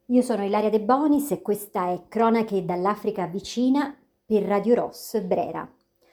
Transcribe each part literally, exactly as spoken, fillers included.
Io sono Ilaria De Bonis e questa è Cronache dall'Africa vicina per Radio Ross Brera.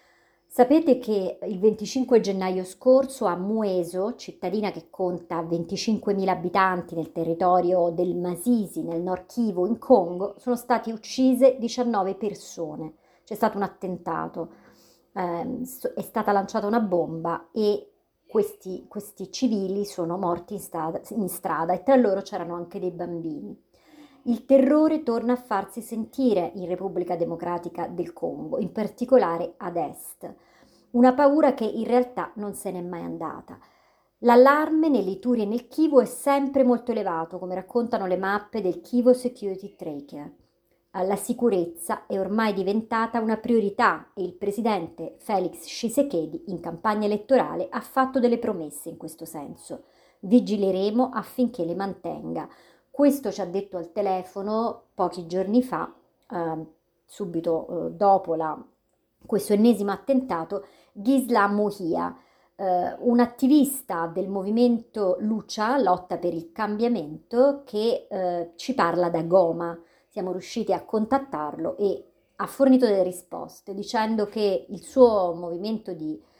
Sapete che il venticinque gennaio scorso a Mueso, cittadina che conta venticinquemila abitanti nel territorio del Masisi, nel Nord Kivu, in Congo, sono state uccise diciannove persone. C'è stato un attentato, ehm, so- è stata lanciata una bomba e questi, questi civili sono morti in strada, in strada e tra loro c'erano anche dei bambini. Il terrore torna a farsi sentire in Repubblica Democratica del Congo, in particolare ad est. Una paura che in realtà non se n'è mai andata. L'allarme nell'Ituri e nel Kivu è sempre molto elevato, come raccontano le mappe del Kivu Security Tracker. La sicurezza è ormai diventata una priorità e il presidente Felix Tshisekedi in campagna elettorale ha fatto delle promesse in questo senso. Vigileremo affinché le mantenga. Questo ci ha detto al telefono pochi giorni fa, eh, subito eh, dopo la, questo ennesimo attentato, Gisla Muhia, eh, un attivista del movimento Lucha, lotta per il cambiamento, che eh, ci parla da Goma. Siamo riusciti a contattarlo e ha fornito delle risposte dicendo che il suo movimento di eh,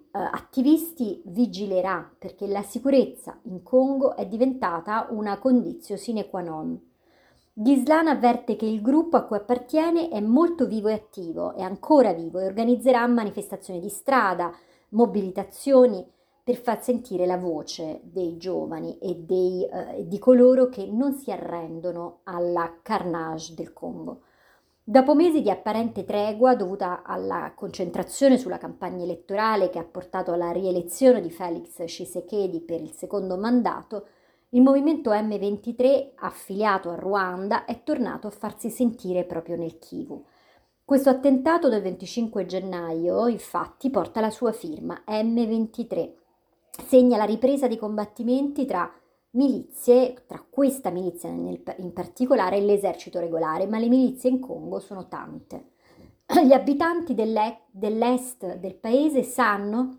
attivisti vigilerà perché la sicurezza in Congo è diventata una condizio sine qua non. Ghislan avverte che il gruppo a cui appartiene è molto vivo e attivo, è ancora vivo e organizzerà manifestazioni di strada, mobilitazioni per far sentire la voce dei giovani e dei, eh, di coloro che non si arrendono alla carnage del Congo. Dopo mesi di apparente tregua dovuta alla concentrazione sulla campagna elettorale che ha portato alla rielezione di Felix Tshisekedi per il secondo mandato, il movimento emme ventitré, affiliato a Ruanda, è tornato a farsi sentire proprio nel Kivu. Questo attentato del venticinque gennaio, infatti, porta la sua firma, emme ventitré. Segna la ripresa dei combattimenti tra milizie, tra questa milizia nel- in particolare e l'esercito regolare, ma le milizie in Congo sono tante. Gli abitanti dell'e- dell'est del paese sanno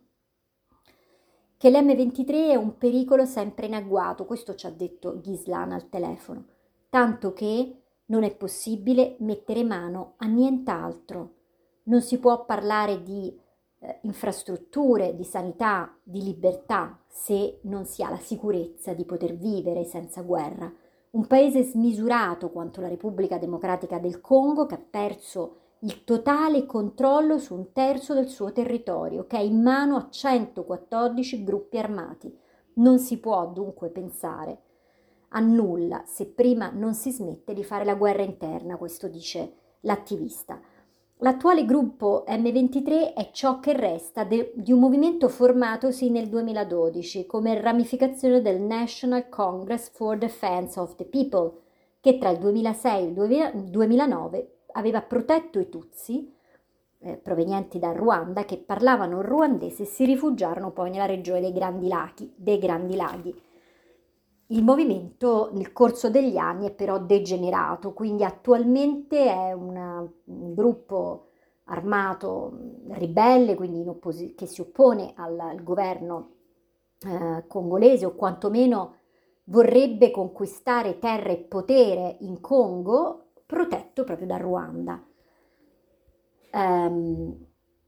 che l'emme ventitré è un pericolo sempre in agguato, questo ci ha detto Ghislan al telefono, tanto che non è possibile mettere mano a nient'altro. Non si può parlare di eh, infrastrutture, di sanità, di libertà se non si ha la sicurezza di poter vivere senza guerra. Un paese smisurato quanto la Repubblica Democratica del Congo che ha perso il totale controllo su un terzo del suo territorio, che è in mano a centoquattordici gruppi armati. Non si può dunque pensare a nulla se prima non si smette di fare la guerra interna, questo dice l'attivista. L'attuale gruppo emme ventitré è ciò che resta de- di un movimento formatosi nel duemiladodici come ramificazione del National Congress for Defense of the People, che tra il duemilasei e il duemilanove aveva protetto i Tutsi, eh, provenienti dal Ruanda, che parlavano ruandese e si rifugiarono poi nella regione dei Grandi Laghi, dei Grandi Laghi. Il movimento nel corso degli anni è però degenerato, quindi attualmente è una- un gruppo armato mh, ribelle, quindi in opposi- che si oppone al, al governo eh, congolese o quantomeno vorrebbe conquistare terra e potere in Congo, protetto proprio dal Ruanda. Ehm,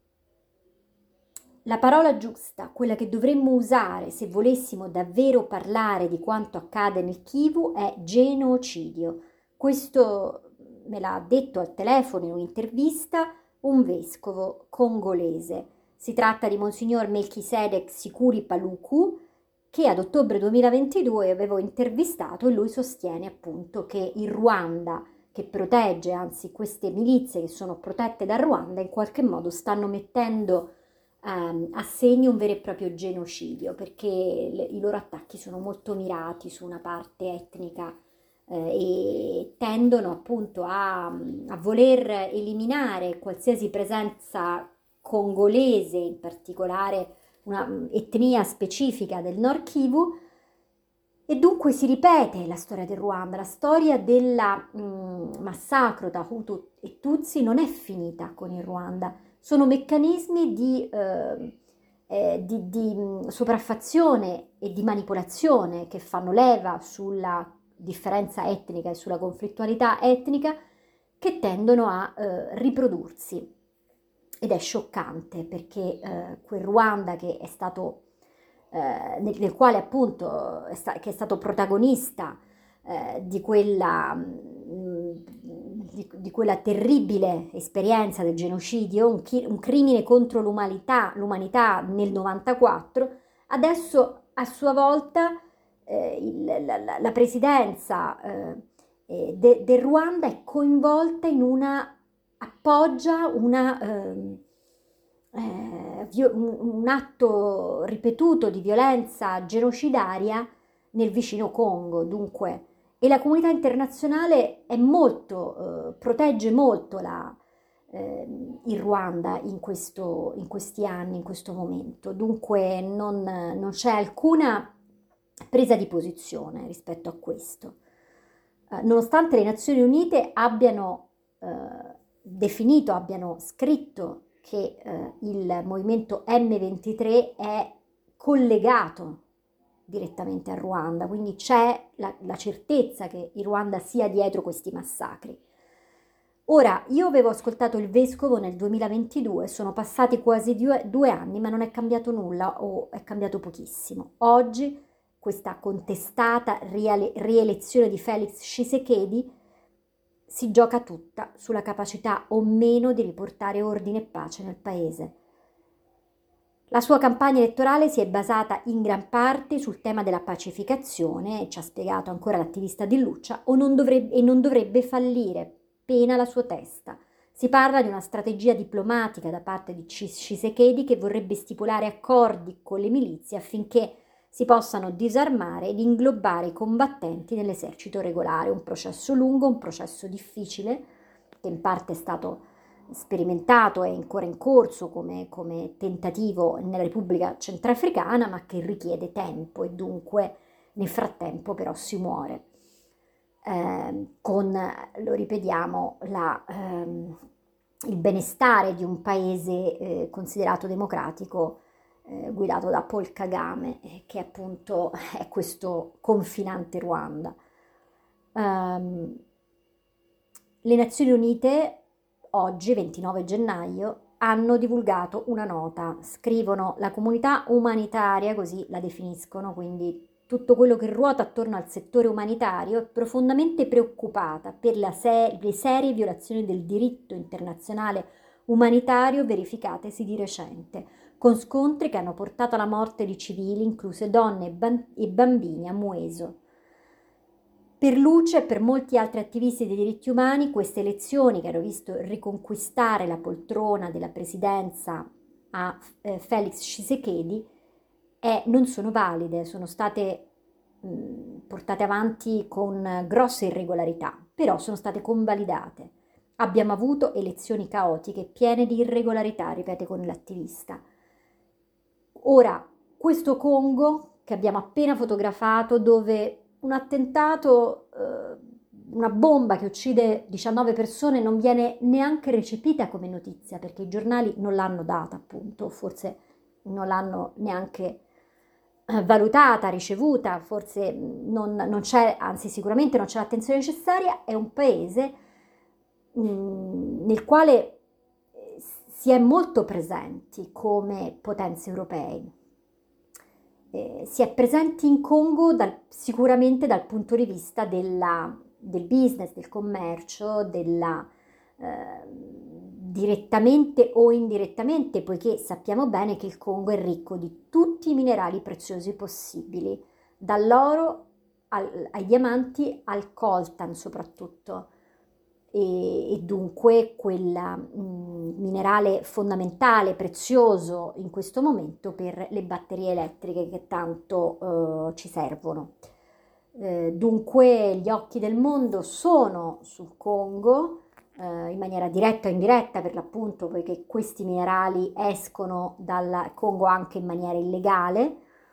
la parola giusta, quella che dovremmo usare se volessimo davvero parlare di quanto accade nel Kivu, è genocidio. Questo me l'ha detto al telefono in un'intervista un vescovo congolese. Si tratta di Monsignor Melchisedek Sikuri Paluku, che ad ottobre duemilaventidue avevo intervistato e lui sostiene appunto che il Ruanda, che protegge, anzi queste milizie che sono protette dal Ruanda, in qualche modo stanno mettendo ehm, a segno un vero e proprio genocidio, perché le- i loro attacchi sono molto mirati su una parte etnica eh, e tendono appunto a, a voler eliminare qualsiasi presenza congolese, in particolare una mm, etnia specifica del Nord Kivu, e dunque si ripete la storia del Ruanda, la storia del massacro da Hutu e Tutsi non è finita con il Ruanda, sono meccanismi di, eh, eh, di, di mh, sopraffazione e di manipolazione che fanno leva sulla differenza etnica e sulla conflittualità etnica, che tendono a eh, riprodursi. Ed è scioccante perché eh, quel Ruanda che è stato, eh, nel, nel quale appunto è sta, che è stato protagonista eh, di quella, mh, di, di quella terribile esperienza del genocidio, un, chi, un crimine contro l'umanità, l'umanità nel novantaquattro, adesso a sua volta eh, il, la, la, presidenza eh, de, del Ruanda è coinvolta in una, appoggia una, eh, eh, un, un atto ripetuto di violenza genocidaria nel vicino Congo, dunque, e la comunità internazionale è molto, eh, protegge molto la, eh, il Ruanda in, questo, in questi anni, in questo momento, dunque non, non c'è alcuna presa di posizione rispetto a questo. Eh, nonostante le Nazioni Unite abbiano eh, definito, abbiano scritto che eh, il movimento emme ventitré è collegato direttamente al Ruanda, quindi c'è la, la certezza che il Ruanda sia dietro questi massacri. Ora, io avevo ascoltato il vescovo nel duemilaventidue, sono passati quasi due, due anni, ma non è cambiato nulla o è cambiato pochissimo. Oggi questa contestata riele, rielezione di Felix Tshisekedi si gioca tutta sulla capacità o meno di riportare ordine e pace nel paese. La sua campagna elettorale si è basata in gran parte sul tema della pacificazione, ci ha spiegato ancora l'attivista Di Luccia, o non dovrebbe, e non dovrebbe fallire, pena la sua testa. Si parla di una strategia diplomatica da parte di Tshisekedi che vorrebbe stipulare accordi con le milizie affinché si possano disarmare ed inglobare i combattenti nell'esercito regolare. Un processo lungo, un processo difficile, che in parte è stato sperimentato, è ancora in corso come, come tentativo nella Repubblica Centrafricana, ma che richiede tempo e dunque nel frattempo però si muore. Eh, con, lo ripetiamo, la, ehm, il benestare di un paese eh, considerato democratico eh, guidato da Paul Kagame, eh, che appunto è questo confinante Ruanda. Um, le Nazioni Unite oggi, ventinove gennaio, hanno divulgato una nota, scrivono la comunità umanitaria, così la definiscono, quindi tutto quello che ruota attorno al settore umanitario, è profondamente preoccupata per la se- le serie violazioni del diritto internazionale umanitario verificatesi di recente, con scontri che hanno portato alla morte di civili, incluse donne e, ban- e bambini a Mueso. Per Luce e per molti altri attivisti dei diritti umani, queste elezioni che hanno visto riconquistare la poltrona della presidenza a eh, Felix Tshisekedi eh, non sono valide, sono state mh, portate avanti con grosse irregolarità, però sono state convalidate. Abbiamo avuto elezioni caotiche, piene di irregolarità, ripete con l'attivista. Ora, questo Congo che abbiamo appena fotografato, dove un attentato, eh, una bomba che uccide diciannove persone non viene neanche recepita come notizia, perché i giornali non l'hanno data, appunto, forse non l'hanno neanche eh, valutata, ricevuta, forse non, non c'è, anzi sicuramente non c'è l'attenzione necessaria. È un paese mh, nel quale si è molto presenti come potenze europee. Eh, si è presenti in Congo dal, sicuramente dal punto di vista della, del business, del commercio, della, eh, direttamente o indirettamente, poiché sappiamo bene che il Congo è ricco di tutti i minerali preziosi possibili, dall'oro al, ai diamanti al coltan soprattutto. E, e dunque quel mh, minerale fondamentale, prezioso in questo momento per le batterie elettriche che tanto eh, ci servono. Eh, dunque gli occhi del mondo sono sul Congo eh, in maniera diretta o indiretta per l'appunto, poiché questi minerali escono dal Congo anche in maniera illegale,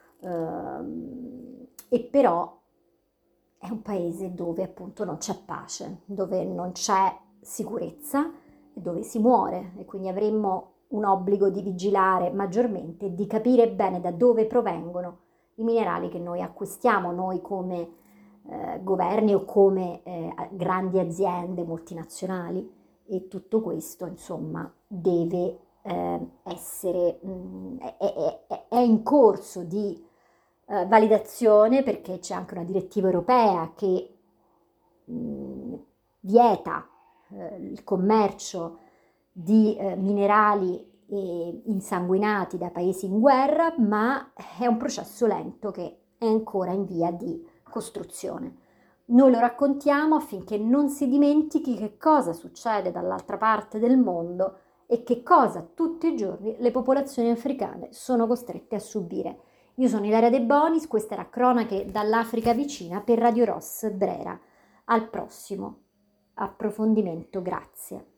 eh, e però è un paese dove appunto non c'è pace, dove non c'è sicurezza e dove si muore, e quindi avremmo un obbligo di vigilare maggiormente e di capire bene da dove provengono i minerali che noi acquistiamo, noi come eh, governi o come eh, grandi aziende multinazionali, e tutto questo insomma deve eh, essere, mh, è, è- è in corso di eh, validazione, perché c'è anche una direttiva europea che mh, vieta eh, il commercio di eh, minerali eh, insanguinati da paesi in guerra, ma è un processo lento che è ancora in via di costruzione. Noi lo raccontiamo affinché non si dimentichi che cosa succede dall'altra parte del mondo e che cosa tutti i giorni le popolazioni africane sono costrette a subire. Io sono Ilaria De Bonis, questa era Cronache dall'Africa vicina per Radio Ross Brera. Al prossimo approfondimento, grazie.